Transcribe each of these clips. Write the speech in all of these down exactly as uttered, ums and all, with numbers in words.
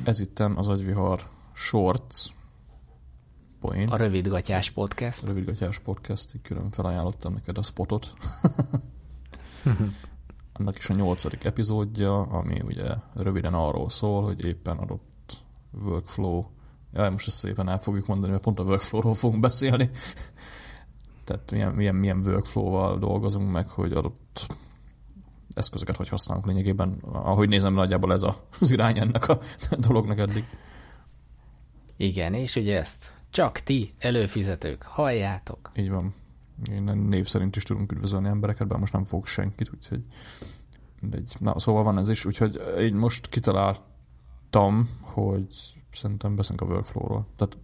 Ez itten az Agyvihar Shorts poén. A rövidgatyás podcast. A rövidgatyás podcast, így külön felajánlottam neked a spotot. Annak is a nyolcadik epizódja, ami ugye röviden arról szól, hogy éppen adott workflow. Jaj, most ezt szépen el fogjuk mondani, mert pont a workflow-ról fogunk beszélni. Tehát milyen, milyen, milyen workflow-val dolgozunk meg, hogy adott eszközöket hogy használunk lényegében. Ahogy nézem, nagyjából ez az irány ennek a dolognak eddig. Igen, és ugye ezt csak ti, előfizetők, halljátok. Így van. Én név szerint is tudunk üdvözölni embereket, bár most nem fogok senkit, úgyhogy mindegy. Na, szóval van ez is, úgyhogy én most kitaláltam, hogy szerintem beszélünk a workflow-ról. Tehát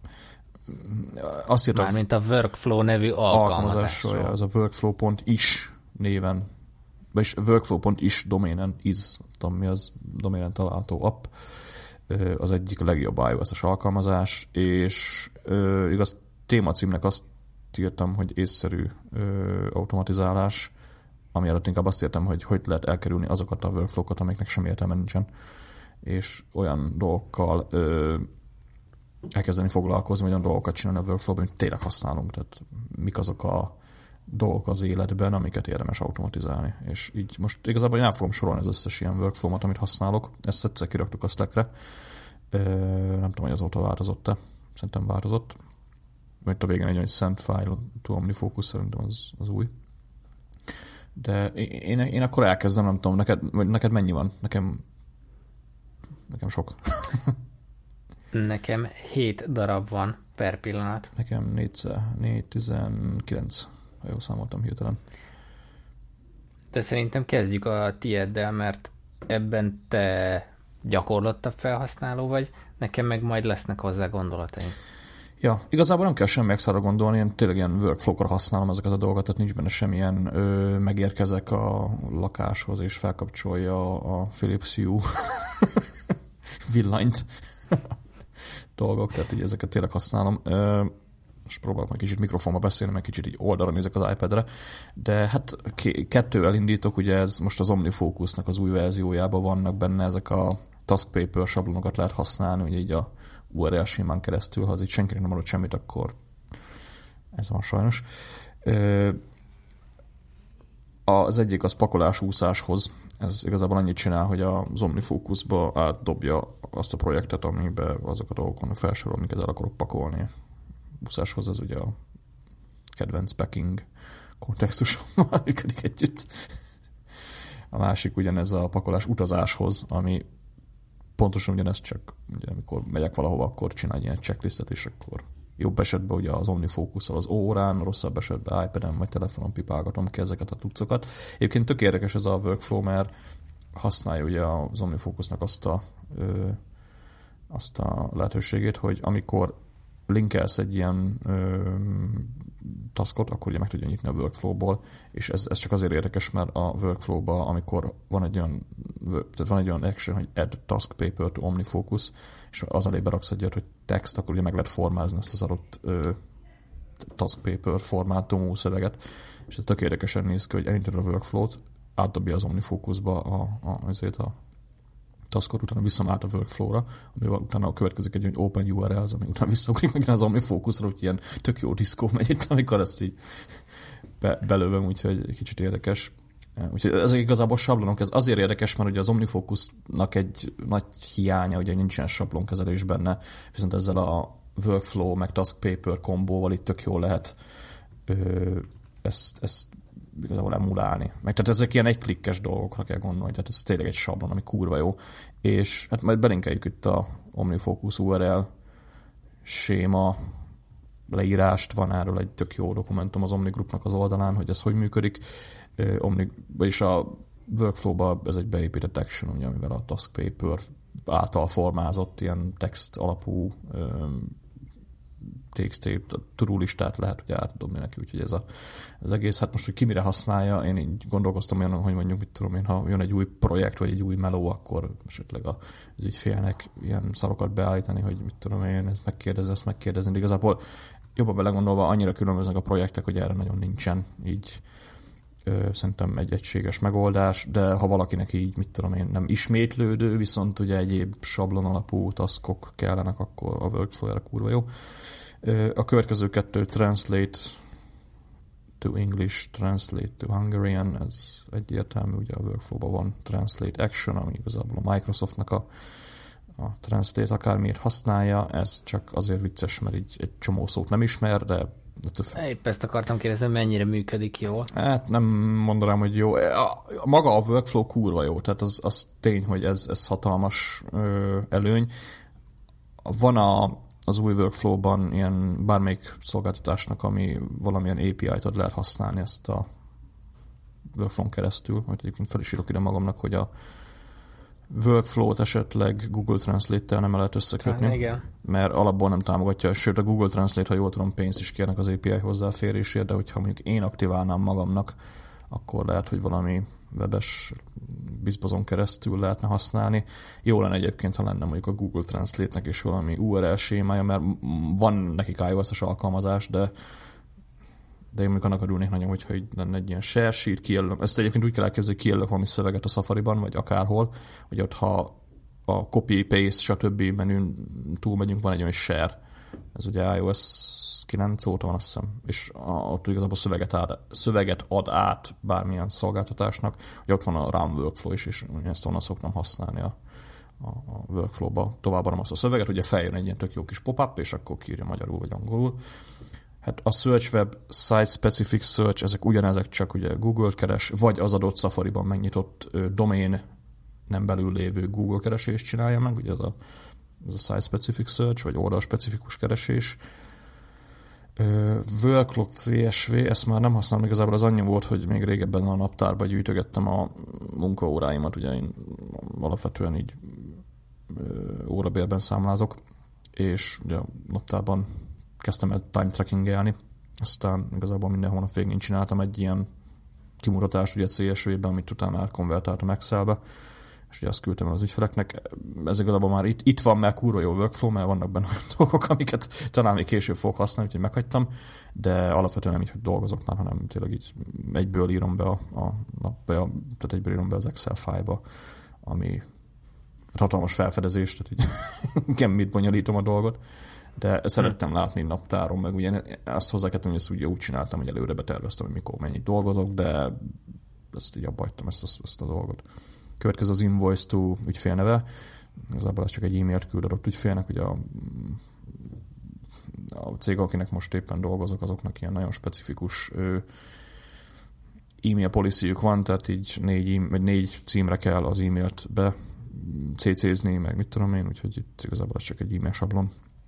azt írtam... Mármint a Workflow nevű alkalmazásról. Az a workflow.is néven, vagyis workflow.is doménen, is, tudom mi az doménen található app, az egyik a legjobb iOS-es alkalmazás, és ö, igaz témacímnek azt írtam, hogy észszerű ö, automatizálás, ami előtt inkább azt írtam, hogy hogy lehet elkerülni azokat a workflow-kat, amiknek semmi értelme nincsen, és olyan dolgokkal ö, elkezdeni foglalkozni, olyan dolgokat csinálni a workflow-ban, hogy tényleg használunk, tehát mik azok a dolgok az életben, amiket érdemes automatizálni. És így most igazából én el fogom sorolni az összes ilyen workflow-mat, amit használok. Ezt egyszer kiraktuk a Slackre. Nem tudom, hogy azóta változott-e. Szerintem változott. Mert a végén egy olyan send file to OmniFocus, szerintem az, az új. De én, én akkor elkezdem, nem tudom, neked, vagy neked mennyi van? Nekem, nekem sok. Nekem hét darab van per pillanat. Nekem négy tizenkilenc, ha jól számoltam hirtelen. De szerintem kezdjük a tieddel, mert ebben te gyakorlottabb felhasználó vagy, nekem meg majd lesznek hozzá gondolataim. Ja, igazából nem kell semmi extra gondolni, én tényleg ilyen workflow-kor használom ezeket a dolgokat, tehát nincs benne semmilyen ö, megérkezek a lakáshoz, és felkapcsolja a Philips Hue villanyt dolgok, tehát így ezeket tényleg használom. Ö, és próbálok meg kicsit mikrofonba beszélni, meg kicsit így oldalra nézek az iPadre, de hát k- kettő elindítok, ugye ez most az OmniFocusnak az új verziójában vannak benne ezek a Task Paper sablonokat lehet használni, ugye így a u er el sémán keresztül, ha az így senkinek nem adott semmit, akkor ez van sajnos. Ö, az egyik az pakolás úszáshoz, ez igazából annyit csinál, hogy az OmniFocusba átdobja azt a projektet, amiben azok a dolgok vannak felsorol, amiket el akarok pakolni. Úszáshoz ez ugye a kedvenc packing kontextusommal működik együtt. A másik ugyanez a pakolás utazáshoz, ami pontosan ugyanez, csak ugye, amikor megyek valahova, akkor csinálj ilyen checklistet, és akkor jobb esetben ugye az OmniFocus-szal az órán, rosszabb esetben iPad-en vagy telefonon pipálgatom ki ezeket a tucokat. Egyébként tök érdekes ez a workflow, mert használja ugye az OmniFocusnak azt a, ö, azt a lehetőségét, hogy amikor linkelsz egy ilyen ö, taskot, akkor ugye meg tudja nyitni a workflow-ból, és ez, ez csak azért érdekes, mert a workflow-ban, amikor van egy olyan, tehát van egy olyan action, hogy add task paper to OmniFocus, és az elé beraksz egy olyat, hogy text, akkor ugye meg lehet formázni ezt az adott ö, task paper formátumú szöveget, és ez tök érdekesen néz ki, hogy elindítod a workflow-t, átdobja az OmniFocusba a, a, azért a taskot, utána visszamált a workflow-ra, amivel utána következik egy open u er el, az, ami utána visszaugrik meg az OmniFocus-ra, hogy ilyen tök jó diszkó megy itt, amikor ezt így be, belövöm, úgyhogy egy kicsit érdekes. Úgyhogy ezek igazából sablonok, ez azért érdekes, mert ugye az OmniFocus-nak egy nagy hiánya, ugye nincsen sablonkezelés benne, viszont ezzel a workflow meg task paper kombóval itt tök jól lehet ö, ezt, ezt igazából emulálni. Meg tehát ezek ilyen egyklikkes dolgokra kell gondolni, tehát ez tényleg egy sablon, ami kurva jó. És hát majd belinkeljük itt a OmniFocus u er el séma leírást, van erről egy tök jó dokumentum az Omni Groupnak az oldalán, hogy ez hogy működik. Omni, vagyis a workflow-ba ez egy beépített action, ugye, amivel a task paper által formázott ilyen text alapú té iksz té, to-do listát lehet ugye átdobni neki, úgyhogy ez a, az egész, hát most, hogy ki mire használja, én így gondolkoztam olyan, hogy mondjuk, mit tudom én, ha jön egy új projekt, vagy egy új meló, akkor esetleg az ügyfélnek ilyen szarokat beállítani, hogy mit tudom én, ezt megkérdezni, ezt megkérdezni, de igazából jobban belegondolva annyira különböznek a projektek, hogy erre nagyon nincsen így Szerintem egy egységes megoldás, de ha valakinek így, mit tudom én, nem ismétlődő, viszont ugye egyéb sablon alapú taskok kellenek, akkor a workflow erre kurva jó. A következő kettő translate to English, translate to Hungarian, ez egyértelmű, ugye a workflow-ban van translate action, ami igazából a Microsoftnak a, a translate akármiért használja, ez csak azért vicces, mert így egy csomó szót nem ismer, de épp ezt akartam kérdezni, mennyire működik jól. Hát nem mondanám, hogy jó. A, maga a workflow kurva jó, tehát az, az tény, hogy ez, ez hatalmas ö, előny. Van a, az új workflow-ban ilyen bármelyik szolgáltatásnak, ami valamilyen á pé í-t ad, lehet használni ezt a workflow-n keresztül, hogy egyébként fel is írok ide magamnak, hogy a workflow-t esetleg Google Translate-tel nem lehet összekötni, Há, igen. mert alapból nem támogatja, sőt a Google Translate, ha jól tudom, pénzt is kérnek az á pé í hozzáférésért, de hogyha mondjuk én aktiválnám magamnak, akkor lehet, hogy valami webes bizbazon keresztül lehetne használni. Jó lenne egyébként, ha lenne mondjuk a Google Translate-nek is valami u er el sémája, mert van nekik iOS-es alkalmazás, de de én mondjuk annak örülnék nagyon, hogyha így lenne egy ilyen share sheet, kijelölök. Ezt egyébként úgy kell elképzelni, hogy kijelölök valami szöveget a Safari-ban, vagy akárhol, hogy ott ha a copy, paste, stb. Menün túl megyünk, van egy olyan share. Ez ugye iOS kilenc óta van, azt hiszem, és ott igazából szöveget ad, szöveget ad át bármilyen szolgáltatásnak, hogy ott van a RAM workflow is, és ezt onnan szoktam használni a, a, a workflow-ba. Továbbadom azt a szöveget, ugye feljön egy ilyen tök jó kis pop-up, és akkor kiírja magyarul vagy angolul. Hát a Search Web Site-Specific Search, ezek ugyanezek, csak ugye Google-t keres, vagy az adott Safari-ban megnyitott ö, domain nem belül lévő Google keresést csinálja meg, ugye ez a, ez a Site-Specific Search, vagy oldal-specifikus keresés. Ö, Workload cé es vé, ezt már nem használom, igazából az annyi volt, hogy még régebben a naptárba gyűjtögettem a munkaóráimat, ugye én alapvetően így ö, órabérben számlázok, és ugye a naptárban kezdtem el time tracking-elni, aztán igazából minden hónap végén csináltam egy ilyen kimutatást ugye cé es vé-ben, amit utána átkonvertáltam Excelbe, és ugye azt küldtem el az ügyfeleknek. Ez igazából már itt, itt van, mert kurva jó workflow, mert vannak benne olyan dolgok, amiket talán még később fogok használni, úgyhogy meghagytam, de alapvetően nem így, hogy dolgozok már, hanem tényleg így egyből írom be a, a napbe, a, tehát egyből írom be az Excel fájlba, ami hatalmas felfedezés, tehát így igen, mit bonyolítom a dolgot. De szerettem hmm. látni naptáron, meg ugye azt hozzáketem, hogy ezt ugye úgy csináltam, hogy előre beterveztem, hogy mikor mennyit dolgozok, de ezt így abba hagytam ezt, ezt a dolgot. Következő az invoice to ügyfélneve. Igazából ez csak egy e-mailt küld adott ügyfélnek, hogy a, a cég, akinek most éppen dolgozok, azoknak ilyen nagyon specifikus e-mail policyjük van, tehát így négy, vagy négy címre kell az e-mailt be cé cézni, meg mit tudom én, úgyhogy itt igazából ez csak egy e-mail sablon.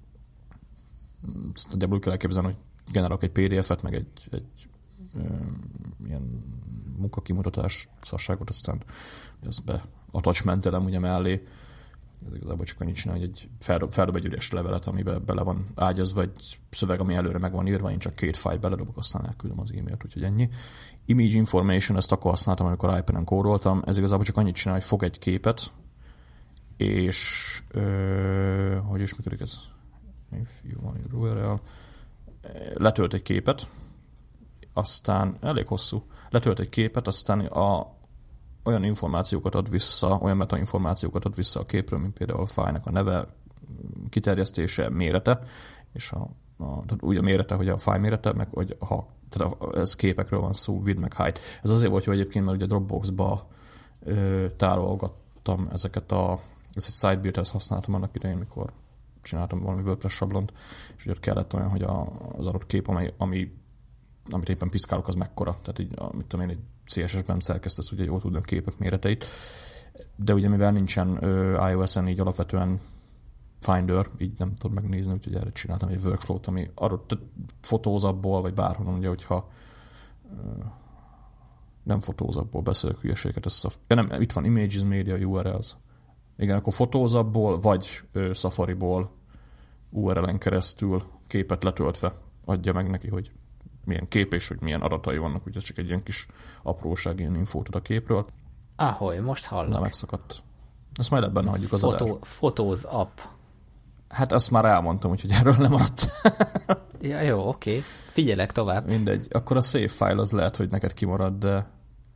Ezt nagyjából kell elképzelni, hogy generálok egy pé dé ef-et, meg egy, egy ö, ilyen munkakimutatás szarságot, aztán ezt be attachmentelem ugye mellé. Ez igazából csak annyit csinál, hogy egy feldob, feldob egy üres levelet, amiben bele van ágyazva egy szöveg, ami előre meg van írva, én csak két fájt beledobok, aztán elküldöm az e-mailt, úgyhogy ennyi. Image information, ezt akkor használtam, amikor iPad-en kódoltam. Ez igazából csak annyit csinál, hogy fog egy képet, és ö, hogy is működik ez? If you want your u er el, letölt egy képet, aztán elég hosszú, letölt egy képet, aztán a, olyan információkat ad vissza, olyan metainformációkat ad vissza a képről, mint például a fájlnak a neve, kiterjesztése, mérete, és a, a, tehát úgy a mérete, hogy a fájl mérete, meg hogy ha, tehát ez képekről van szó, width meg height. Ez azért volt jó egyébként, mert ugye Dropboxba ö, tárolgattam ezeket a, ezt egy Sidebuilder-hez használtam annak idején, mikor csináltam valami WordPress sablont, és ugye ott kellett olyan, hogy a, az adott kép, ami, ami, amit éppen piszkálok, az mekkora. Tehát így, mit tudom én, egy cé es es-ben szerkesztesz, ugye jól tudni a képek méreteit. De ugye mivel nincsen ö, iOS-en így alapvetően Finder, így nem tudod megnézni, úgyhogy erre csináltam egy workflow-t, ami adott fotózapból, vagy bárhonnan, ugye, hogyha ö, nem fotózapból beszélek hülyeséget, ezt a, ja nem, itt van Images, Media, u er els. Igen, akkor fotózapból, vagy ö, Safari-ból u er el-en keresztül képet letöltve adja meg neki, hogy milyen kép és hogy milyen adatai vannak, úgyhogy ez csak egy ilyen kis apróság, ilyen infót ad a képről. Ahogy, most hallom. Na, megszakadt. Ezt majd ebben hagyjuk az Fotó, adást. Fotóz app. Hát azt már elmondtam, úgyhogy erről nem maradt. Ja, jó, oké. Figyelek tovább. Mindegy. Akkor a save file az lehet, hogy neked kimarad, de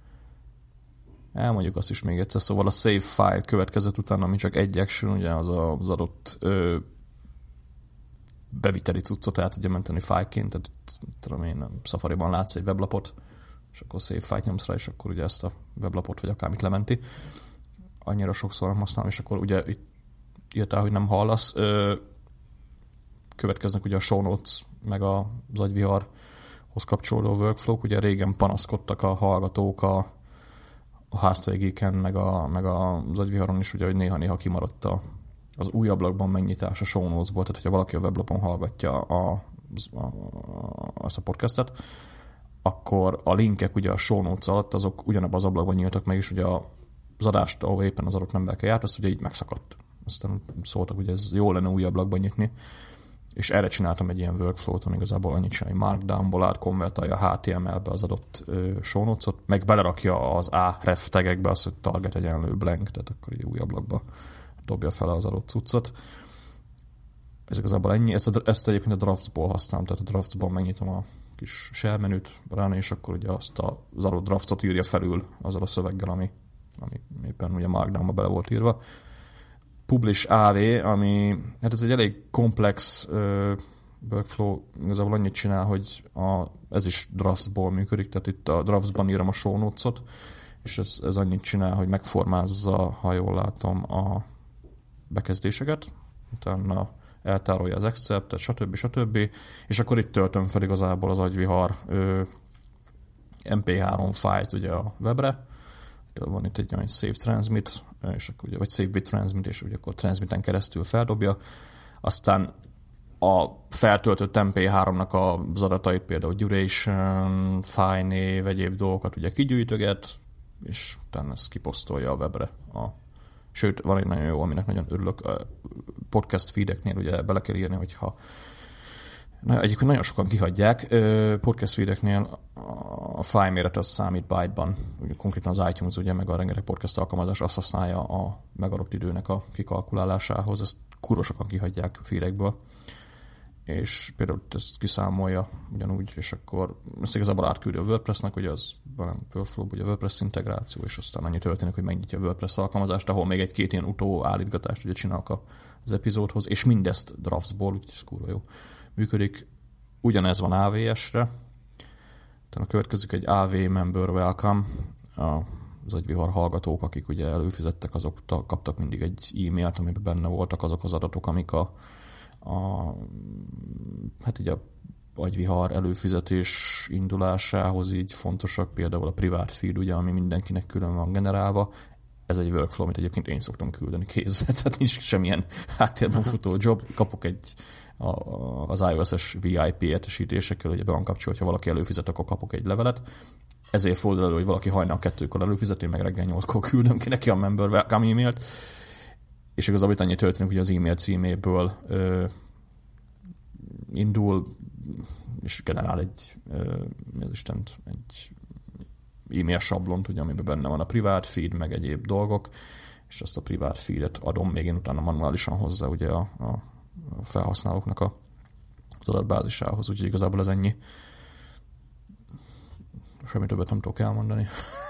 elmondjuk azt is még egyszer. Szóval a save file következett utána, ami csak egy action, ugye az az adott ö, beviteli cuccot el tudja menteni fájlként, tehát tudom én, Safari-ban látsz egy weblapot, és akkor save file nyomsz rá, és akkor ugye ezt a weblapot vagy akármit lementi. Annyira sokszor nem használom, és akkor ugye itt írtál, hogy nem hallasz. Ö, következnek ugye a show notes, meg az agyviharhoz kapcsolódó workflow-k. Ugye régen panaszkodtak a hallgatók a, a háztvégéken, meg, a, meg az agyviharon is, ugye, hogy néha-néha kimaradt a, az új ablakban megnyitás a show notes-ból, tehát hogyha valaki a weblapon hallgatja a, a, a, azt a podcastet, akkor a linkek ugye a show notes alatt azok ugyanabban az ablakban nyíltak meg, és ugye az adást, ahol éppen az adott nember járt, azt ugye így megszakadt. Aztán szóltak, hogy ez jó lenne új ablakban nyitni, és erre csináltam egy ilyen workflow-t, ami igazából annyit csinál, hogy Markdown-ból átkonvertálja há té em el-be az adott show notes-ot, meg belerakja az href tagekbe azt, hogy target egyenlő blank, tehát akkor így új ablakba dobja fel az adott cuccot. Ez igazából ennyi. Ezt, a, ezt egyébként a Drafts-ból használom, tehát a Drafts-ban megnyitom a kis shell menüt rá, és akkor ugye azt a, az adott Drafts-ot írja felül azzal a szöveggel, ami, ami éppen ugye Markdown-ba bele volt írva. Publish á vé, ami, hát ez egy elég komplex uh, workflow, igazából annyit csinál, hogy a, ez is Drafts-ból működik, tehát itt a Drafts-ban írom a show notes-ot, és ez, ez annyit csinál, hogy megformázza, ha jól látom, a bekezdéseket, utána eltárolja az acceptet, stb. stb. És akkor itt töltöm fel igazából az agyvihar ö, em pé három fájlt ugye a webre. Van itt egy olyan save transmit, és akkor ugye, vagy save with transmit, és ugye akkor transmiten keresztül feldobja. Aztán a feltöltött em pé háromnak az adatait, például duration, file név, egyéb dolgokat ugye kigyűjtöget, és utána ezt kiposztolja a webre. A, sőt, van egy nagyon jó, aminek nagyon örülök, a podcast feedeknél ugye bele kell írni, hogyha na, egyébként nagyon sokan kihagyják, podcast feedeknél a file méret az számít byte-ban, konkrétan az iTunes ugye, meg a rengeteg podcast alkalmazás azt használja a megadott időnek a kikalkulálásához, ezt kurva sokan kihagyják feedekből, és például ezt kiszámolja ugyanúgy, és akkor ezt igazából átküldi a WordPressnek, ugye az valami workflow, ugye a WordPress integráció, és aztán annyi történik, hogy megnyitja a WordPress alkalmazást, ahol még egy-két ilyen utó állítgatást ugye csinálok az epizódhoz, és mindezt Drafts-ból, úgyhogy ez kurva jó működik. Ugyanez van á vé es-re, tehát következik egy á vé member welcome, az agyvihar hallgatók, akik ugye előfizettek, azok kaptak mindig egy e-mailt, amiben benne voltak azok az adatok, amik a a, hát így a agyvihar előfizetés indulásához így fontosak, például a privát feed, ugye, ami mindenkinek külön van generálva. Ez egy workflow, amit egyébként én szoktam küldeni kézzel, tehát nincs semmilyen háttérben futó job. Kapok egy a, az iOS-es vé i pé értesítésekkel, ugye be van kapcsolva, ha valaki előfizet, akkor kapok egy levelet. Ezért fordul elő, hogy valaki hajnal kettőkor előfizet, én meg reggel nyolckor küldöm ki neki a member welcome e-mailt. És igazából itt annyi történik, hogy az e-mail címéből ö, indul, és generál egy, ö, mi az Istent, egy e-mail sablont, ugye, amiben benne van a privát feed, meg egyéb dolgok, és azt a privát feedet adom még én utána manuálisan hozzá ugye a, a felhasználóknak a, az adatbázisához, úgyhogy igazából ez ennyi. Semmi többet nem tudok elmondani.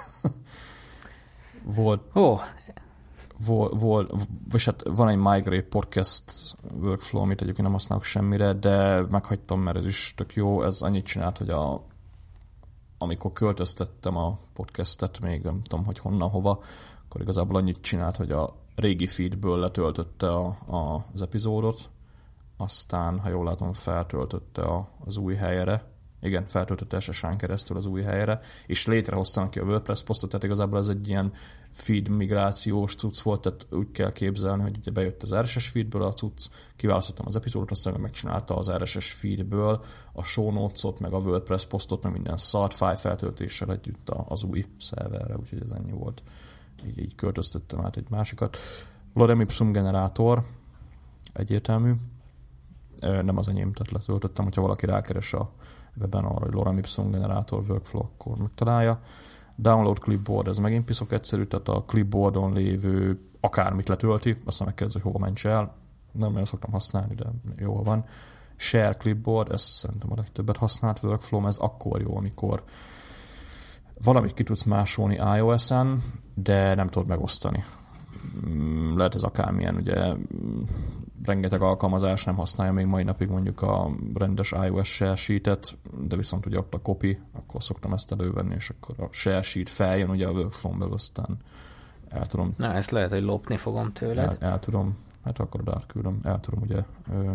Volt... Oh. Vol, vol, vagy hát van egy Migrate podcast workflow, amit egyébként nem használok semmire, de meghagytam, mert ez is tök jó. Ez annyit csinált, hogy a, amikor költöztettem a podcastet, még nem tudom, hogy honnan, hova, akkor igazából annyit csinált, hogy a régi feedből letöltötte a, a, az epizódot, aztán, ha jól látom, feltöltötte a, az új helyre, igen, feltöltötte es es á-n keresztül az új helyre, és létrehoztam neki a WordPress posztot, tehát igazából ez egy ilyen feed migrációs cucc volt, tehát úgy kell képzelni, hogy ugye bejött az er es es feedből a cucc, kiválasztottam az epizódot, aztán megcsinálta az er es es feedből a show notes-ot, meg a WordPress posztot, meg minden szart file feltöltéssel együtt az új szerverre, úgyhogy ez ennyi volt. Így, így költöztettem át egy másikat. Lorem Ipsum generátor, egyértelmű. Nem az enyém, tehát letöltöttem, hogyha valaki rákeres a webben arra, hogy Lorem Ipsum generátor workflow, akkor megtalálja. Download clipboard, ez megint piszok egyszerű, tehát a clipboardon lévő akármit letölti, aztán megkérdez, hogy hova mencs el. Nem nagyon szoktam használni, de jól van. share clipboard, ez szerintem a legtöbbet használt workflow, ez akkor jó, amikor valamit ki tudsz másolni iOS-en, de nem tudod megosztani. Lehet ez akármilyen, ugye rengeteg alkalmazás nem használja még mai napig mondjuk a rendes iOS share sheet-et, de viszont ugye ott a copy, akkor szoktam ezt elővenni, és akkor a share sheet feljön ugye a workflow-n belül, aztán el tudom... Na, ezt lehet, hogy lopni fogom tőled. El, el tudom, hát akkor átküldöm, el tudom ugye ö,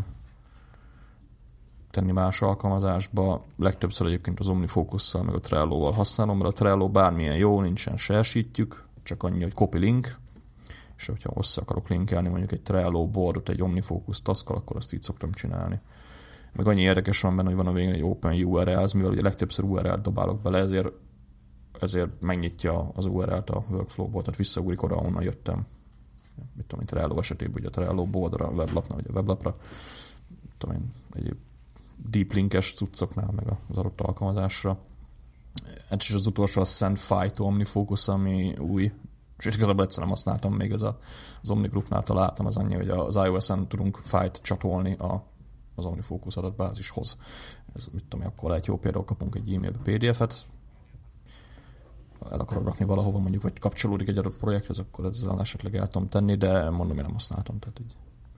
tenni más alkalmazásba. Legtöbbször egyébként az OmniFocus-szal meg a Trello-val használom, mert a Trello bármilyen jó, nincsen share sheetjük, csak annyi, hogy copy link, és hogyha össze akarok linkelni mondjuk egy Trello boardot, egy OmniFocus taskkal, akkor azt így szoktam csinálni. Meg annyi érdekes van benne, hogy van a végén egy Open u er el, mivel ugye legtöbbször u er el-t dobálok bele, ezért, ezért megnyitja az u er el-t a workflow-ból, tehát visszaugrik oda, ahonnan jöttem. Mit tudom, mint Trello esetében, ugye a Trello boardra, a weblapra, vagy a weblapra, tudom én, egyéb deep linkes cuccoknál, meg az adott alkalmazásra. Hát is az utolsó a Send File to OmniFocus, ami új, és igazából egyszer nem használtam, még ez a, az OmniGroupnál találtam, az annyi, hogy az iOS-en tudunk fájlt csatolni a, az OmniFocus adatbázishoz. Ez mit tudom, akkor egy jó például kapunk egy e-mailbe pé dé ef-et, el akarok rakni valahova, mondjuk, vagy kapcsolódik egy adott projekthez, akkor ezzel esetleg el tudom tenni, de mondom, én nem használtam, tehát így,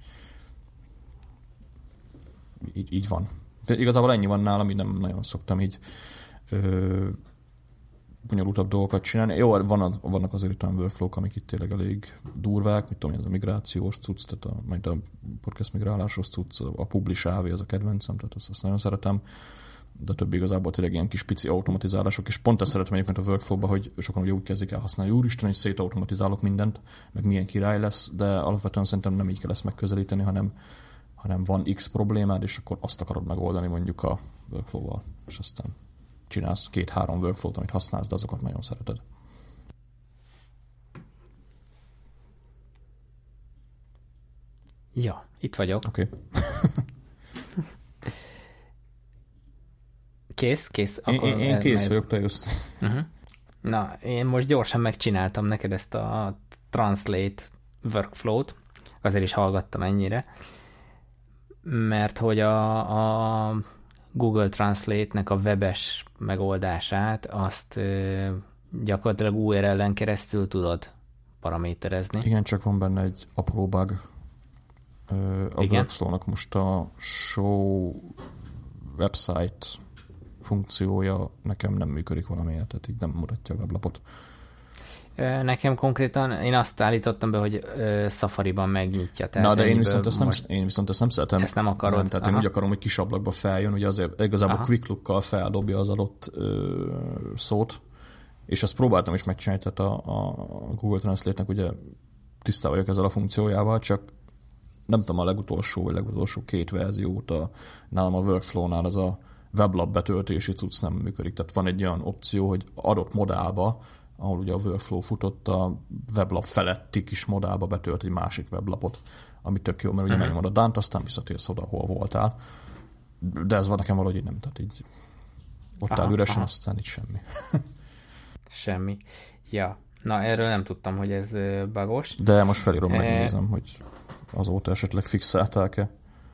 így, így van. De igazából ennyi van nálam, így nem nagyon szoktam így ö, bonyolultabb dolgokat csinálni. Jó, van, vannak azért olyan workflow-k, amik itt tényleg elég durvák, mit tudom, ez a migrációs cucc, tehát a, majd a podcast migrálásos cucc, a Publish á vé, az a kedvencem, tehát azt, azt nagyon szeretem, de több igazából tényleg ilyen kis pici automatizálások, és pont ezt szeretem egyébként a workflow-ba, hogy sokan ugye úgy kezdik el használni, úristen, hogy szétautomatizálok mindent, meg milyen király lesz, de alapvetően szerintem nem így kell ezt megközelíteni, hanem, hanem van X problémád, és akkor azt akarod megoldani mondjuk a workflow-val, és aztán csinálsz két-három workflow-t, amit használsz, de azokat nagyon szereted. Ja, itt vagyok. Oké. Okay. Kész? Kész? Én, én, én kész ez... vagyok, te just. Uh-huh. Na, én most gyorsan megcsináltam neked ezt a Translate workflow-t, azért is hallgattam ennyire, mert hogy a, a Google Translate-nek a webes megoldását azt ö, gyakorlatilag u er el-en keresztül tudod paraméterezni. Igen, csak van benne egy apró bug. Ö, a workflow-nak most a show website funkciója nekem nem működik valamiért, tehát így nem mutatja a weblapot. Nekem konkrétan, én azt állítottam be, hogy Safari-ban megnyitja. Na, de én viszont, ezt nem, én viszont ezt nem szeretem. Ezt nem akarod. Nem, tehát aha. Én úgy akarom, hogy kis ablakba feljön, ugye azért igazából quick look-kal feldobja az adott ö, szót, és azt próbáltam is megcsinálni, tehát a, a Google Translate-nek ugye tisztában vagyok ezzel a funkciójával, csak nem tudom, a legutolsó, vagy legutolsó két verziót a, nálam a workflow-nál az a weblap betöltési cucc nem működik. Tehát van egy olyan opció, hogy adott modálba, ahol ugye a workflow futott, a weblap feletti kis modálba betölt egy másik weblapot, ami tök jó, mert ugye uh-huh. megnyomod a done-t, aztán visszatérsz oda, hol voltál. De ez van nekem valahogy nem, tehát így ott aha, áll üresen, aha. Aztán itt semmi. Semmi. Ja, na erről nem tudtam, hogy ez bugos. De most felírom, e... megnézem, hogy azóta esetleg fixálták-e.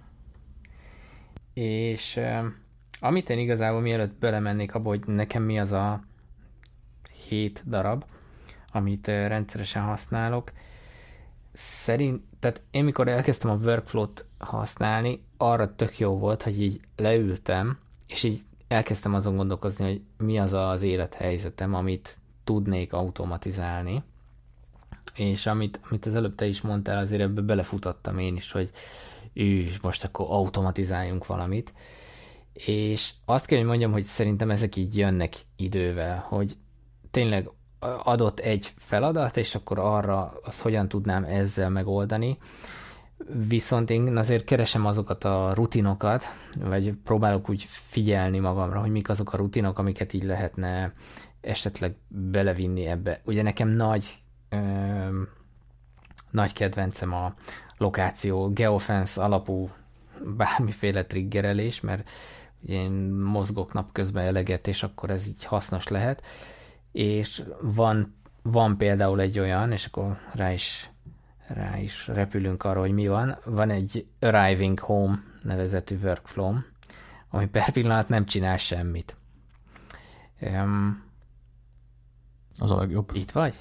És amit én igazából mielőtt belemennék abba, hogy nekem mi az a hét darab, amit rendszeresen használok, szerint, tehát én mikor elkezdtem a workflow-t használni, arra tök jó volt, hogy így leültem, és így elkezdtem azon gondolkozni, hogy mi az az élethelyzetem, amit tudnék automatizálni, és amit, amit az előbb te is mondtál, azért ebbe belefutottam én is, hogy ő, most akkor automatizáljunk valamit, és azt kell, hogy mondjam, hogy szerintem ezek így jönnek idővel, hogy tényleg adott egy feladat, és akkor arra azt hogyan tudnám ezzel megoldani, viszont én azért keresem azokat a rutinokat, vagy próbálok úgy figyelni magamra, hogy mik azok a rutinok, amiket így lehetne esetleg belevinni ebbe. Ugye nekem nagy ö, nagy kedvencem a lokáció, geofence alapú bármiféle triggerelés, mert ugye én mozgok napközben eleget, és akkor ez így hasznos lehet. És van, van például egy olyan, és akkor rá is, rá is repülünk arra, hogy mi van. Van egy Arriving Home nevezetű workflow, ami per pillanat nem csinál semmit. Um, Az a legjobb. Itt vagy?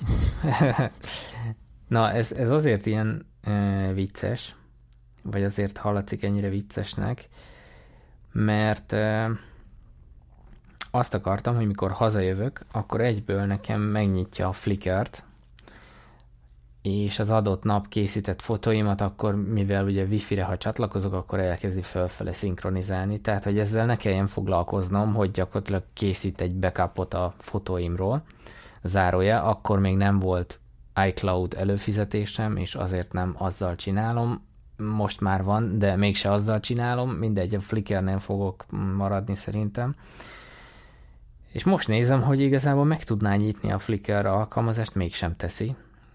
Na, ez, ez azért ilyen e, vicces, vagy azért hallatszik ennyire viccesnek, mert e, azt akartam, hogy mikor hazajövök, akkor egyből nekem megnyitja a Flickr-t, és az adott nap készített fotóimat, akkor mivel ugye Wi-Fi-re, ha csatlakozok, akkor elkezdi fölfele szinkronizálni. Tehát, hogy ezzel ne kelljen foglalkoznom, hogy gyakorlatilag készít egy backupot a fotóimról, zárója, akkor még nem volt iCloud előfizetésem, és azért nem azzal csinálom. Most már van, de mégse azzal csinálom, mindegy, a Flickr-nél fogok maradni szerintem. És most nézem, hogy igazából meg tudná nyitni a Flickr alkalmazást, mégsem teszi.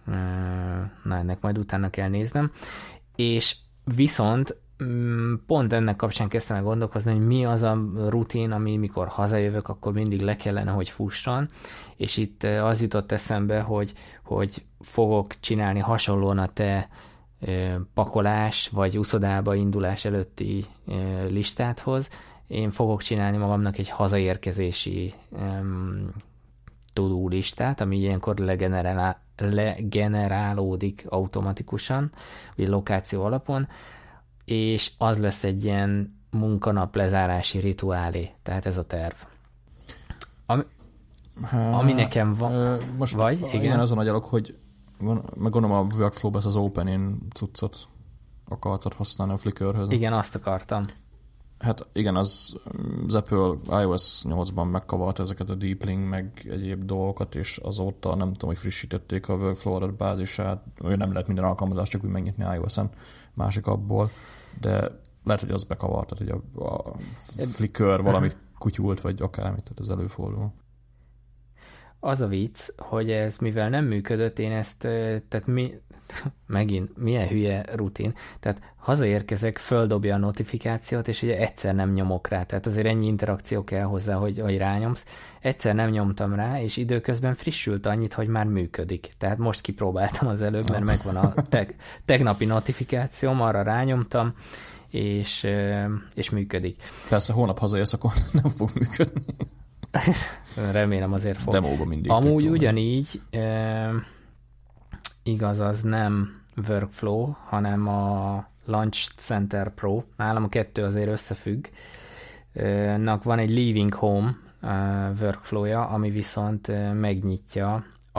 Na, ennek majd utána kell néznem. És viszont pont ennek kapcsán kezdtem el gondolkozni, hogy mi az a rutin, ami mikor hazajövök, akkor mindig le kellene, hogy fusson, és itt az jutott eszembe, hogy, hogy fogok csinálni hasonlóan a te pakolás, vagy uszodába indulás előtti listádhoz. Én fogok csinálni magamnak egy hazaérkezési um, to-do listát, ami ilyenkor legenerál, legenerálódik automatikusan, vagy lokáció alapon, és az lesz egy ilyen munkanap lezárási rituálé. Tehát ez a terv. Ami, Há, ami nekem van... Most vagy? Igen, igen, az a nagy alog, hogy meg gondolom a workflow-ba az open-in cuccot akartad használni a Flickr-höz. Igen, azt akartam. Hát igen, az, az Apple iOS nyolcban megkavart ezeket a deep link, meg egyéb dolgokat, és azóta nem tudom, hogy frissítették a workflow adatbázisát, nem lehet minden alkalmazást csak úgy megnyitni iOS-en másik appból, de lehet, hogy az bekavart, tehát hogy a, a Flickr valamit kutyult, vagy akármit, tehát ez előfordul. Az a vicc, hogy ez mivel nem működött, én ezt, tehát mi, megint milyen hülye rutin, tehát hazaérkezek, földobja a notifikációt, és ugye egyszer nem nyomok rá, tehát azért ennyi interakció kell hozzá, hogy, hogy rányomsz. Egyszer nem nyomtam rá, és időközben frissült annyit, hogy már működik. Tehát most kipróbáltam az előbb, mert megvan a teg, tegnapi notifikációm, arra rányomtam, és, és működik. Persze, holnap hazaérsz, akkor nem fog működni. Remélem azért fog. Demóban mindig. Amúgy ugyanígy e, igaz, az nem workflow, hanem a Launch Center Pro. Nálam a kettő azért összefügg. E, nak van egy Leaving Home e, workflowja, ami viszont e, megnyitja a,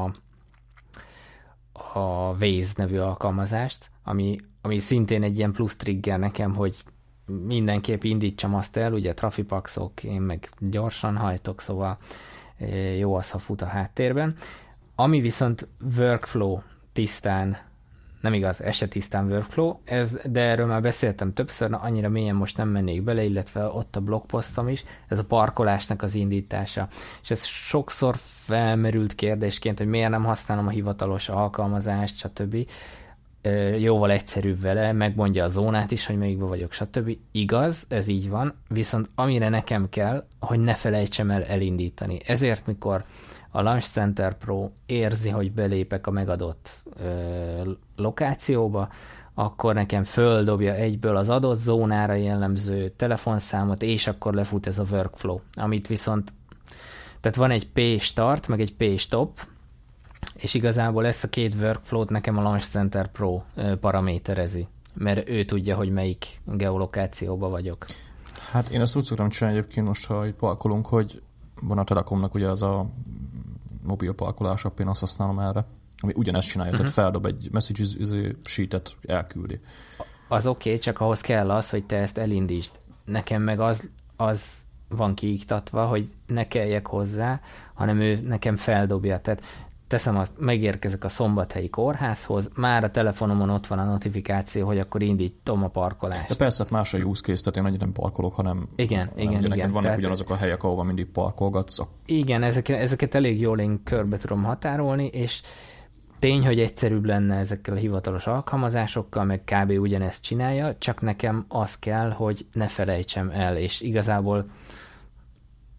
a Waze nevű alkalmazást, ami, ami szintén egy ilyen plusz trigger nekem, hogy mindenképp indítsam azt el, ugye trafipaxok, én meg gyorsan hajtok, szóval jó az, ha fut a háttérben. Ami viszont workflow tisztán, nem igaz, ez se tisztán workflow, ez, de erről már beszéltem többször, na annyira mélyen most nem mennék bele, illetve ott a blogposztom is, ez a parkolásnak az indítása. És ez sokszor felmerült kérdésként, hogy miért nem használom a hivatalos alkalmazást, stb. Jóval egyszerűbb vele, megmondja a zónát is, hogy melyikben vagyok, stb. Igaz, ez így van, viszont amire nekem kell, hogy ne felejtsem el elindítani. Ezért, mikor a Launch Center Pro érzi, hogy belépek a megadott ö, lokációba, akkor nekem földobja egyből az adott zónára jellemző telefonszámot, és akkor lefut ez a workflow, amit viszont, tehát van egy P-start, meg egy P-stop, és igazából ezt a két workflow-t nekem a Launch Center Pro paraméterezi, mert ő tudja, hogy melyik geolokációban vagyok. Hát én ezt úgy szoktam csinálni egyébként most, ha itt parkolunk, hogy van a Telekomnak ugye az a mobil parkolás app, én azt használom erre, ami ugyanezt csinálja, uh-huh. tehát feldob egy messages sheetet, elküldi. Az oké, okay, csak ahhoz kell az, hogy te ezt elindítsd. Nekem meg az, az van kiiktatva, hogy ne kelljek hozzá, hanem ő nekem feldobja. Tehát teszem azt, megérkezek a Szombathelyi kórházhoz, már a telefonomon ott van a notifikáció, hogy akkor indítom a parkolást. De persze, más a use case, tehát én annyit nem parkolok, hanem igen, hanem igen, igen. vannak tehát, ugyanazok a helyek, ahova mindig parkolgatsz. Igen, ezeket, ezeket elég jól én körbe tudom határolni, és tény, hogy egyszerűbb lenne ezekkel a hivatalos alkalmazásokkal, meg kb. Ugyanezt csinálja, csak nekem az kell, hogy ne felejtsem el, és igazából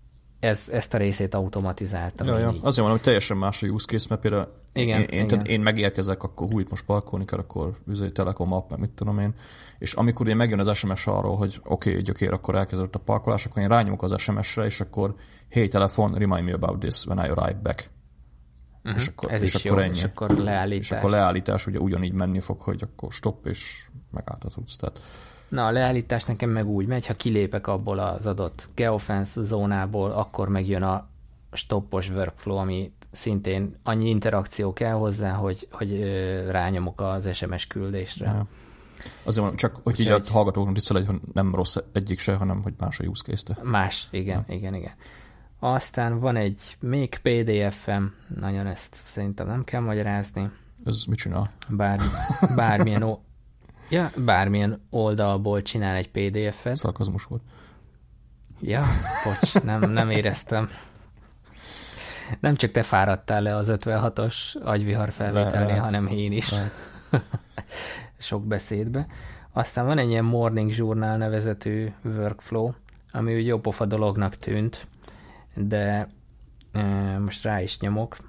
ez, ezt a részét automatizáltam. Ja, ja. Azért mondom, hogy teljesen más a use case, mert például igen, én, igen. én megérkezek, akkor hú, itt most parkolni kell, akkor üzei Telekom app, meg mit tudom én, és amikor én megjön az es em es arról, hogy oké, okay, gyökér, akkor elkezdődött a parkolás, akkor én rányomok az es em esre, és akkor hey, telefon, remind me about this when I arrive back. Uh-huh. És akkor, Ez és is akkor jó, ennyi. és akkor leállítás. És akkor leállítás ugye ugyanígy menni fog, hogy akkor stop, és megálltatodsz. Tehát... Na, a leállítás nekem meg úgy megy, ha kilépek abból az adott geofence zónából, akkor megjön a stoppos workflow, ami szintén annyi interakció kell hozzá, hogy, hogy rányomok az es em es küldésre. Ja. Azért mondom, csak hogy így a hallgatóknak tisztel, hogy nem rossz egyik se, hanem hogy más a use case-te. Más, igen, ja. igen, igen. Aztán van egy még pé dé ef-em, nagyon ezt szerintem nem kell magyarázni. Ez mit csinál? Bár, bármilyen, o- ja, bármilyen oldalból csinál egy pé dé ef-et. Szarkazmus volt. Ja, bocs, nem, nem éreztem. Nem csak te fáradtál le az ötvenhatos agyvihar felvételnél, hanem én is. Sok beszédbe. Aztán van egy ilyen Morning Journal nevezetű workflow, ami úgy jópofa dolognak tűnt, de e, most rá is nyomok.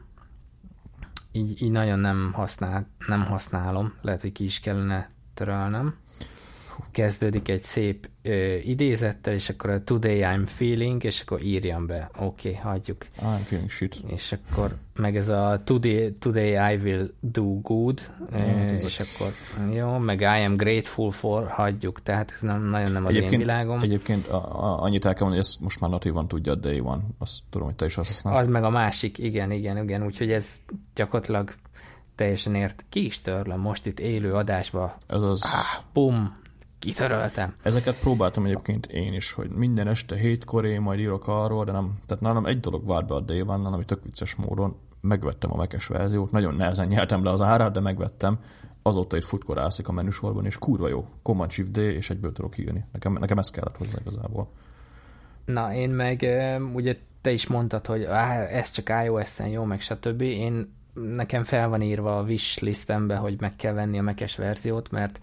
Így, így nagyon nem, használ, nem használom. Lehet, hogy ki is kellene törölnem. Kezdődik egy szép ö, idézettel, és akkor a today I'm feeling, és akkor írjam be. Oké, okay, hagyjuk. I'm feeling shit. És akkor meg ez a today, today I will do good, ja, és ezek. Akkor jó, meg I am grateful for, hagyjuk. Tehát ez nem, nagyon nem az egyébként, én világom. Egyébként a, a, annyit el kell mondani, hogy ezt most már natívan tudja a day one. Azt tudom, hogy te is azt használod. Az meg a másik, igen, igen, igen. Úgyhogy ez gyakorlatilag teljesen ért. Ki is törlöm most itt élő adásba. Ez az... Ah, bum! Kitöröltem. Ezeket próbáltam egyébként én is, hogy minden este hétkor én majd írok arról, de nem, tehát nálam egy dolog várt be a day one-nal, ami tök vicces módon, megvettem a Mac-es verziót, nagyon nehezen nyeltem le az árát, de megvettem, azóta itt futkorászik a menüsorban, és kurva jó, Command Shift D, és egyből tudok írni. Nekem, nekem ez kellett hozzá igazából. Na, én meg, ugye te is mondtad, hogy áh, ez csak iOS-en jó, meg stb. Én, nekem fel van írva a wish listembe, hogy meg kell venni a Mac-es verziót, mert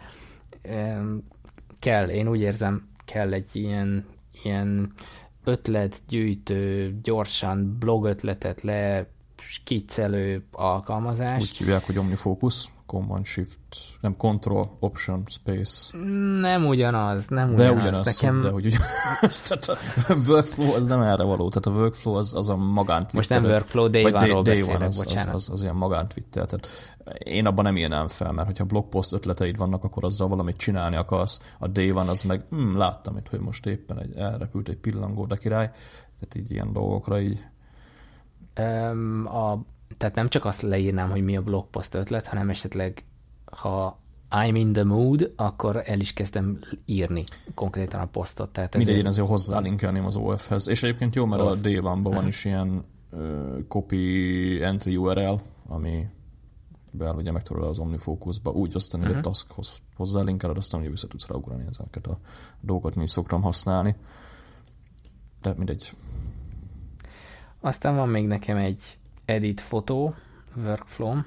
kell, én úgy érzem, kell egy ilyen, ilyen ötletgyűjtő, gyorsan blogötletet le skiccelő alkalmazás. Úgy hívják, hogy OmniFocus, Command Shift, nem Control, Option, Space. Nem ugyanaz, nem ugyanaz. De ugyanaz, Nekem... de hogy ugyanaz. Tehát a workflow az nem erre való, tehát a workflow az, az a magántwitter. Most nem workflow, day one-ról beszélek, az, bocsánat. Az, az, az ilyen magántwitter, tehát én abban nem írnám fel, mert hogyha blogpost ötleteid vannak, akkor azzal valamit csinálni akarsz, a day one az meg, hm, láttam itt, hogy most éppen egy, elrepült egy pillangó, de király, tehát így ilyen dolgokra így. Um, a, tehát nem csak azt leírnám, hogy mi a blogpost ötlet, hanem esetleg, ha I'm in the mood, akkor el is kezdem írni konkrétan a posztot. Tehát mindegy, én azért hozzálinkelném az o ef-hez. És egyébként jó, mert o ef. A day one-ban van is ilyen uh, copy entry u er el, ami beáll ugye megtalálja az OmniFocusba, úgy aztán, hogy uh-huh. a taskhoz hozzálinkeled, aztán ugye vissza tudsz raugrani ezeket a dolgokat, mi is szoktam használni. De mindegy. Aztán van még nekem egy edit fotó workflow.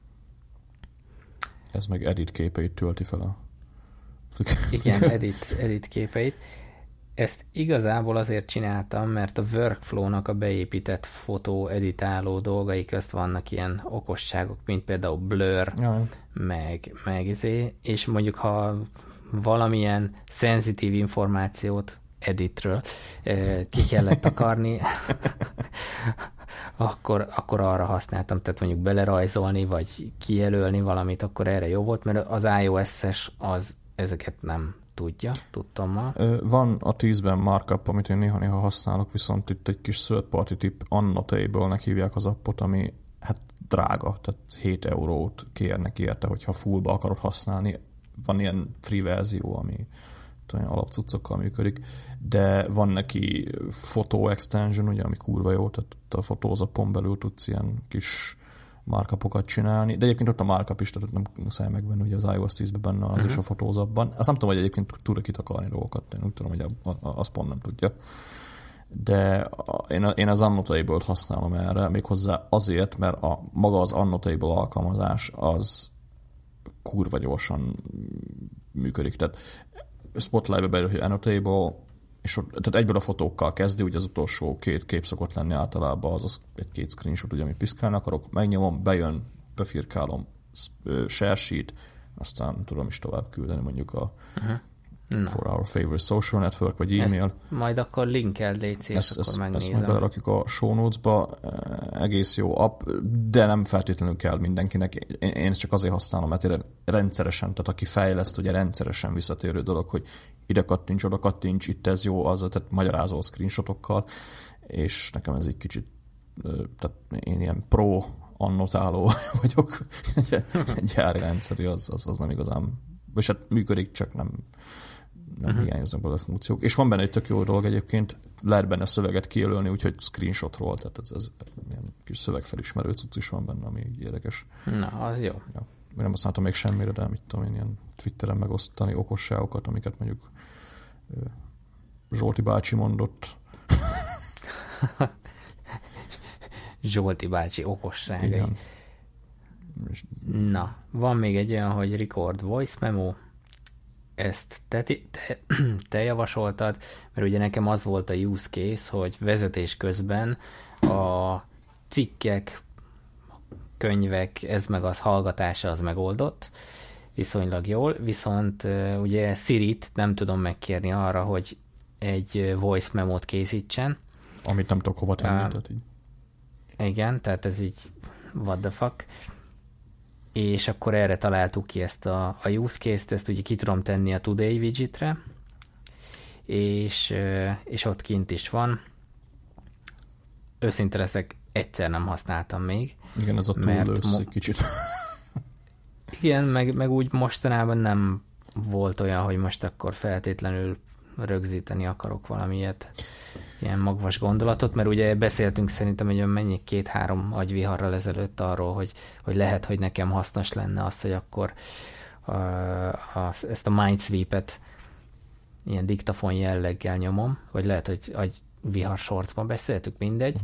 Ez meg edit képeit tölti fel a... Igen, edit, edit képeit. Ezt igazából azért csináltam, mert a workflow-nak a beépített fotó editáló dolgai közt vannak ilyen okosságok, mint például blur, Jaj. meg, meg izé, és mondjuk ha valamilyen szenzitív információt editről ki kellett akarni, akkor, akkor arra használtam, tehát mondjuk belerajzolni, vagy kijelölni valamit, akkor erre jó volt, mert az iOS-es az ezeket nem tudja, tudtam ma. Van a tízben markup, amit én néha-néha használok, viszont itt egy kis third party tip, Annotable-nek hívják az appot, ami hát drága, tehát hét eurót kérnek érte, hogyha fullba akarod használni. Van ilyen free verzió, ami olyan alapcuccokkal működik, de van neki photo extension, ugye, ami kurva jó, tehát a fotózapon belül tudsz ilyen kis markupokat csinálni, de egyébként ott a markup is, tehát nem muszáj megvenni, ugye az iOS tízben benne az uh-huh. is a fotózapban. Azt nem tudom, hogy egyébként tud-e kitakarni dolgokat, én úgy tudom, hogy azt pont nem tudja. De a, én, a, én az Annotable-t használom erre, méghozzá azért, mert a, maga az Annotable alkalmazás az kurva gyorsan működik. Tehát Spotlight-be belül, hogy Annotable, és ott, tehát egyből a fotókkal kezdi, ugye az utolsó két kép szokott lenni általában, az, az egy-két screenshot, ugye, amit piszkálni akarok, megnyomom, bejön, befirkálom, share sheet, aztán tudom is tovább küldeni mondjuk a uh-huh. for our favorite social network, vagy e-mail. Ezt majd akkor linkel, légy, és ezt, akkor ezt, megnézem. Ezt majd belerakjuk a show notes-ba, egész jó app, de nem feltétlenül kell mindenkinek. Én, én ezt csak azért használom, mert rendszeresen, tehát aki fejleszt, ugye rendszeresen visszatérő dolog, hogy ide kattints, oda kattints, itt ez jó, az, tehát magyarázol screenshotokkal, és nekem ez egy kicsit, tehát én ilyen pro annotáló vagyok, egy, egy gyári rendszerű, az, az, az nem igazán, és hát működik, csak nem, nem uh-huh. hiányoznak belőle funkciók. És van benne egy tök jó dolog egyébként, lehet benne szöveget kijelölni, úgyhogy screenshotról, tehát ez, ez ilyen kis szövegfelismerő cucc is van benne, ami így érdekes. Na, az jó. Ja. Én nem használtam még semmire, de mit tudom én, ilyen Twitteren megosztani okosságokat, amiket mondjuk Zsolti bácsi mondott. Zsolti bácsi okosságai. Igen. Na, van még egy olyan, hogy record voice memo, ezt te, te, te javasoltad, mert ugye nekem az volt a use case, hogy vezetés közben a cikkek, könyvek, ez meg az hallgatása az megoldott, viszonylag jól, viszont ugye Sirit nem tudom megkérni arra, hogy egy voice memót készítsen. Amit nem tudok hova tenni. Uh, tehát így. Igen, tehát ez így what the fuck. És akkor erre találtuk ki ezt a, a use case-t, ezt ugye ki tudom tenni a Today widgetre, és, és ott kint is van. Őszinte leszek, egyszer nem használtam még. Igen, ez a túl össze mo- kicsit. Igen, meg, meg úgy mostanában nem volt olyan, hogy most akkor feltétlenül rögzíteni akarok valamilyet, ilyen magvas gondolatot, mert ugye beszéltünk szerintem, hogy mennyi két-három agyviharral ezelőtt arról, hogy, hogy lehet, hogy nekem hasznos lenne az, hogy akkor uh, a, ezt a Mindsweep-et ilyen diktafon jelleggel nyomom, vagy lehet, hogy agyvihar shortban beszéltük, mindegy.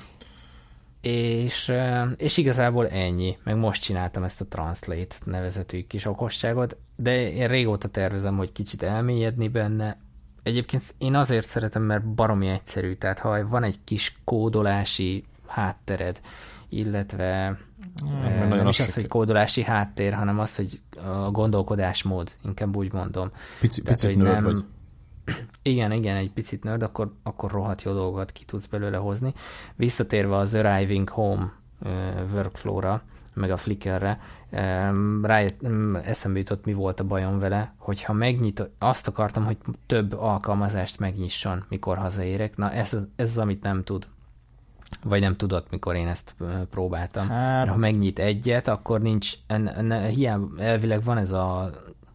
És, és igazából ennyi. Meg most csináltam ezt a Translate nevezetű kis okosságot, de én régóta tervezem, hogy kicsit elmélyedni benne. Egyébként én azért szeretem, mert baromi egyszerű, tehát ha van egy kis kódolási háttered, illetve hmm, nem is az, hogy kódolási háttér, hanem az, hogy a gondolkodásmód, inkább úgy mondom. Pici, tehát, picit nerd nem... vagy. Igen, igen, egy picit nerd, akkor, akkor rohadt jó dolgokat ki tudsz belőle hozni. Visszatérve az Arriving Home uh, workflow-ra, meg a Flickrre, um, rájött, um, eszembe jutott, mi volt a bajom vele, hogyha megnyit, azt akartam, hogy több alkalmazást megnyisson, mikor hazaérek. Na, ez, ez az, amit nem tud. Vagy nem tudott, mikor én ezt uh, próbáltam. Hát... Ha megnyit egyet, akkor nincs, en, en, hiába, elvileg van ez a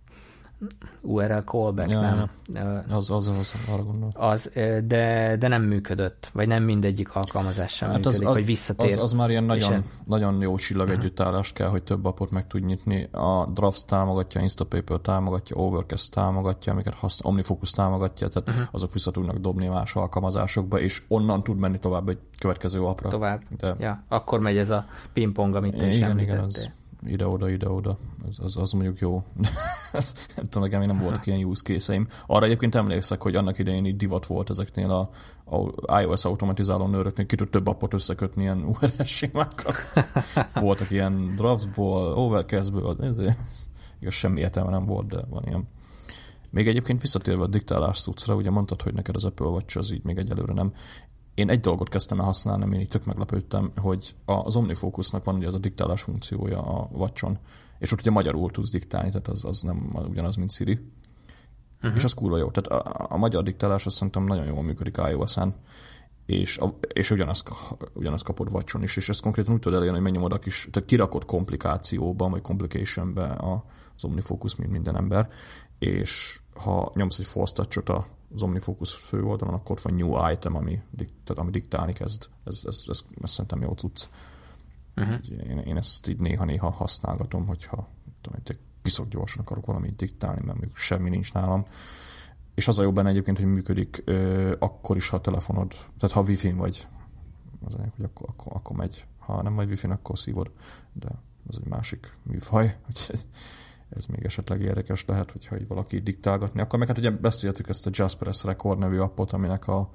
u er el callback, ja, nem? Ja. Az, az, az, arra gondolom. Az, de, de nem működött, vagy nem mindegyik alkalmazás sem hát működik, az, vagy visszatér. Az, az már ilyen nagyon, nagyon jó csillag együttállást kell, hogy több appot meg tud nyitni. A Drafts támogatja, Instapaper támogatja, Overcast támogatja, amiket használ, OmniFocus támogatja, tehát uh-huh. azok vissza tudnak dobni más alkalmazásokba, és onnan tud menni tovább egy következő appra. Tovább, de... ja, akkor megy ez a pingpong, amit te is említettél. Ide-oda, ide-oda. Az, az, az mondjuk jó. Nem tudom, nekem nem voltak ilyen use case-eim. Arra egyébként emlékszek, hogy annak idején így divat volt ezeknél a, a iOS automatizáló nőröknél, ki tud több appot összekötni ilyen u er es sémákkal. Voltak ilyen Draftsból, Overcastből, ezért igaz, semmi értelme nem volt, de van ilyen. Még egyébként visszatérve a diktálás cuccra, ugye mondtad, hogy neked az Apple Watch az így még egyelőre nem. Én egy dolgot kezdtem el használni, én így tök meglepődtem, hogy az OmniFocusnak van ugye az a diktálás funkciója a Watch-on, és ott ugye magyarul tudsz diktálni, tehát az, az nem ugyanaz, mint Siri. Uh-huh. És az kurva jó. Tehát a, a magyar diktálás azt szerintem nagyon jól működik iOS-en, és, a, és ugyanazt, ugyanaz kapod Watch-on is, és ezt konkrétan úgy tudod elérni, hogy megnyomod a kis, tehát kirakod komplikációba, vagy complicationbe az OmniFocus, mint minden ember, és ha nyomsz egy force touch-ot az OmniFocus főoldalon, akkor ott van new item, ami, tehát ami diktálni kezd. Ez, ez, ez, ez szerintem jó cucc. Uh-huh. Én, én ezt így néha-néha használgatom, hogyha tudom, hogy piszok gyorsan akarok valamit diktálni, mert még semmi nincs nálam. És az a jó benne egyébként, hogy működik ö, akkor is, ha a telefonod, tehát ha Wi-Fi-n vagy, az anyag, hogy akkor, akkor, akkor megy. Ha nem vagy Wi-Fi-n, akkor szívod, de ez egy másik műfaj. ez még esetleg érdekes lehet, hogyha így valaki diktálgatni. Akkor meg hát ugye beszéltük ezt a JazzPress Record nevű appot, aminek a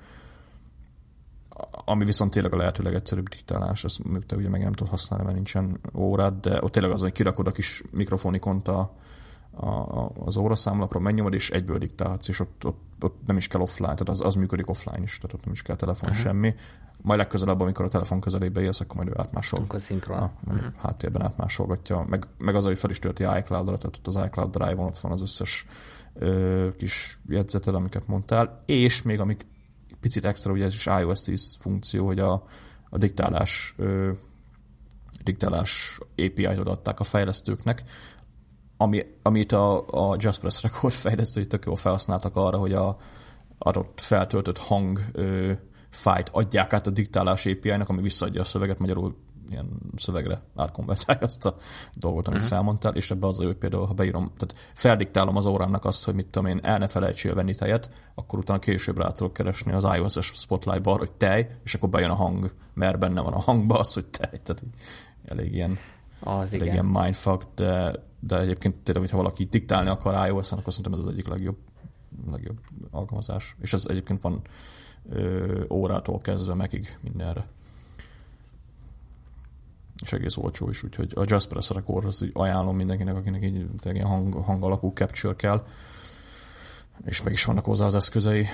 ami viszont tényleg a lehető legegyszerűbb diktálás, ezt te ugye meg nem tud használni, mert nincsen órád, de ott tényleg az, hogy kirakod a kis mikrofonikont a, a, az óraszámlapra, megnyomod, és egyből diktálhatsz, és ott, ott, ott nem is kell offline, tehát az, az működik offline is, tehát ott nem is kell telefon, uh-huh. semmi. Majd legközelebb, amikor a telefon közelébe élsz, akkor majd ő átmásol. Akkor szinkron. A, uh-huh. háttérben átmásolgatja, meg, meg az, hogy fel is tölti iCloud-ra, tehát ott az iCloud Drive-on ott van az összes ö, kis jegyzeted, amiket mondtál, és még amik picit extra, ugye ez is iOS tíz funkció, hogy a, a diktálás ö, diktálás á pé í-t odaadták a fejlesztőknek, ami, amit a, a JazzPress Record fejlesztői tök jól felhasználtak arra, hogy a adott feltöltött hang ö, fájt adják át a diktálás á pé í-nak, ami visszaadja a szöveget, magyarul ilyen szövegre átkonvertálja azt a dolgot, amit uh-huh. felmondtál, és ebbe az a jó, hogy például, ha beírom, tehát feldiktálom az órámnak azt, hogy mit tudom én, el ne felejtsél venni tejet, akkor utána később rá tudok keresni az iOS-es Spotlight-ba arra, hogy tej, és akkor bejön a hang, mert benne van a hangba az, hogy tej. Tehát elég ilyen, az elég ilyen mindfuck, de, de egyébként tényleg, hogyha valaki diktálni akar iOS-en, akkor szerintem ez az egyik legjobb, legjobb alkalmazás. És ez egyébként van ö, órától kezdve megig mindenre. És egész olcsó is, úgyhogy a JazzPress Recordhoz ajánlom mindenkinek, akinek így ilyen hang, hang alapú capture kell, és meg is vannak hozzá az eszközei.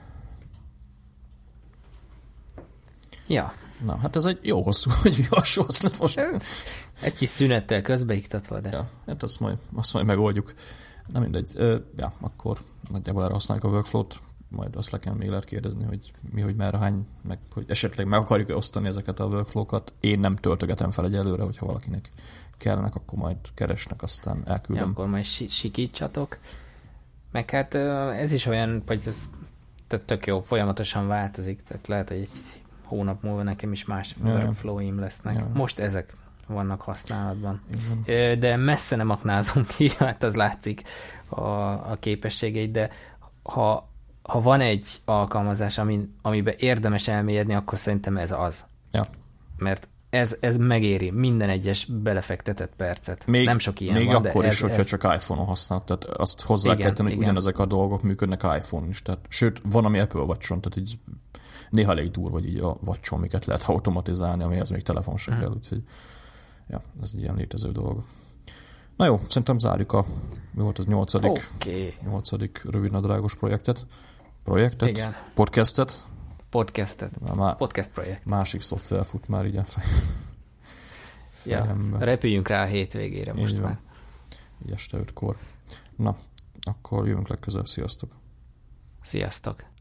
Ja. Na, hát ez egy jó hosszú, hogy viharsó, azt most... Egy kis szünettel közbeiktatva, de... Ja, hát azt majd, azt majd megoldjuk. Na mindegy, ö, ja, akkor nagyjából erre használjuk a workflow-t, majd azt le kell még lehet kérdezni, hogy mi, hogy merre, hány, meg hogy esetleg meg akarjuk osztani ezeket a workflow-kat. Én nem töltögetem fel egyelőre, hogyha valakinek kellenek, akkor majd keresnek, aztán elküldöm. Ja, akkor majd sikítsatok. Meg hát ez is olyan, hogy ez tehát tök jó, folyamatosan változik, tehát lehet, hogy egy hónap múlva nekem is más ja, workflow-im lesznek. Ja. Most ezek vannak használatban. Igen. De messze nem aknázom ki, hát az látszik a, a képességeit, de ha ha van egy alkalmazás, ami, amiben érdemes elmélyedni, akkor szerintem ez az. Ja. Mert ez, ez megéri minden egyes belefektetett percet. Még, nem sok ilyen még van, akkor de is, ez, hogyha ez... csak iPhone-on használ. Tehát azt hozzá igen, kell tenni, hogy igen. ugyanezek a dolgok működnek iPhone-on is. Tehát, sőt, van, ami Apple Watch-on, tehát így néha elég durva, hogy így a Watch-on miket lehet automatizálni, amihez még telefon sem kell. Úgyhogy ja, ez egy ilyen létező dolog. Na jó, szerintem zárjuk a, mi volt az nyolcadik, okay. nyolcadik rövidnadrágos projektet. Projektet? Igen. Podcastet? Podcastet. Má- Podcast projekt. Másik szoftver fut már így a fej. Ja, repüljünk rá a hétvégére most így már. Így este ötkor. Na, akkor jövünk legközelebb. Sziasztok! Sziasztok!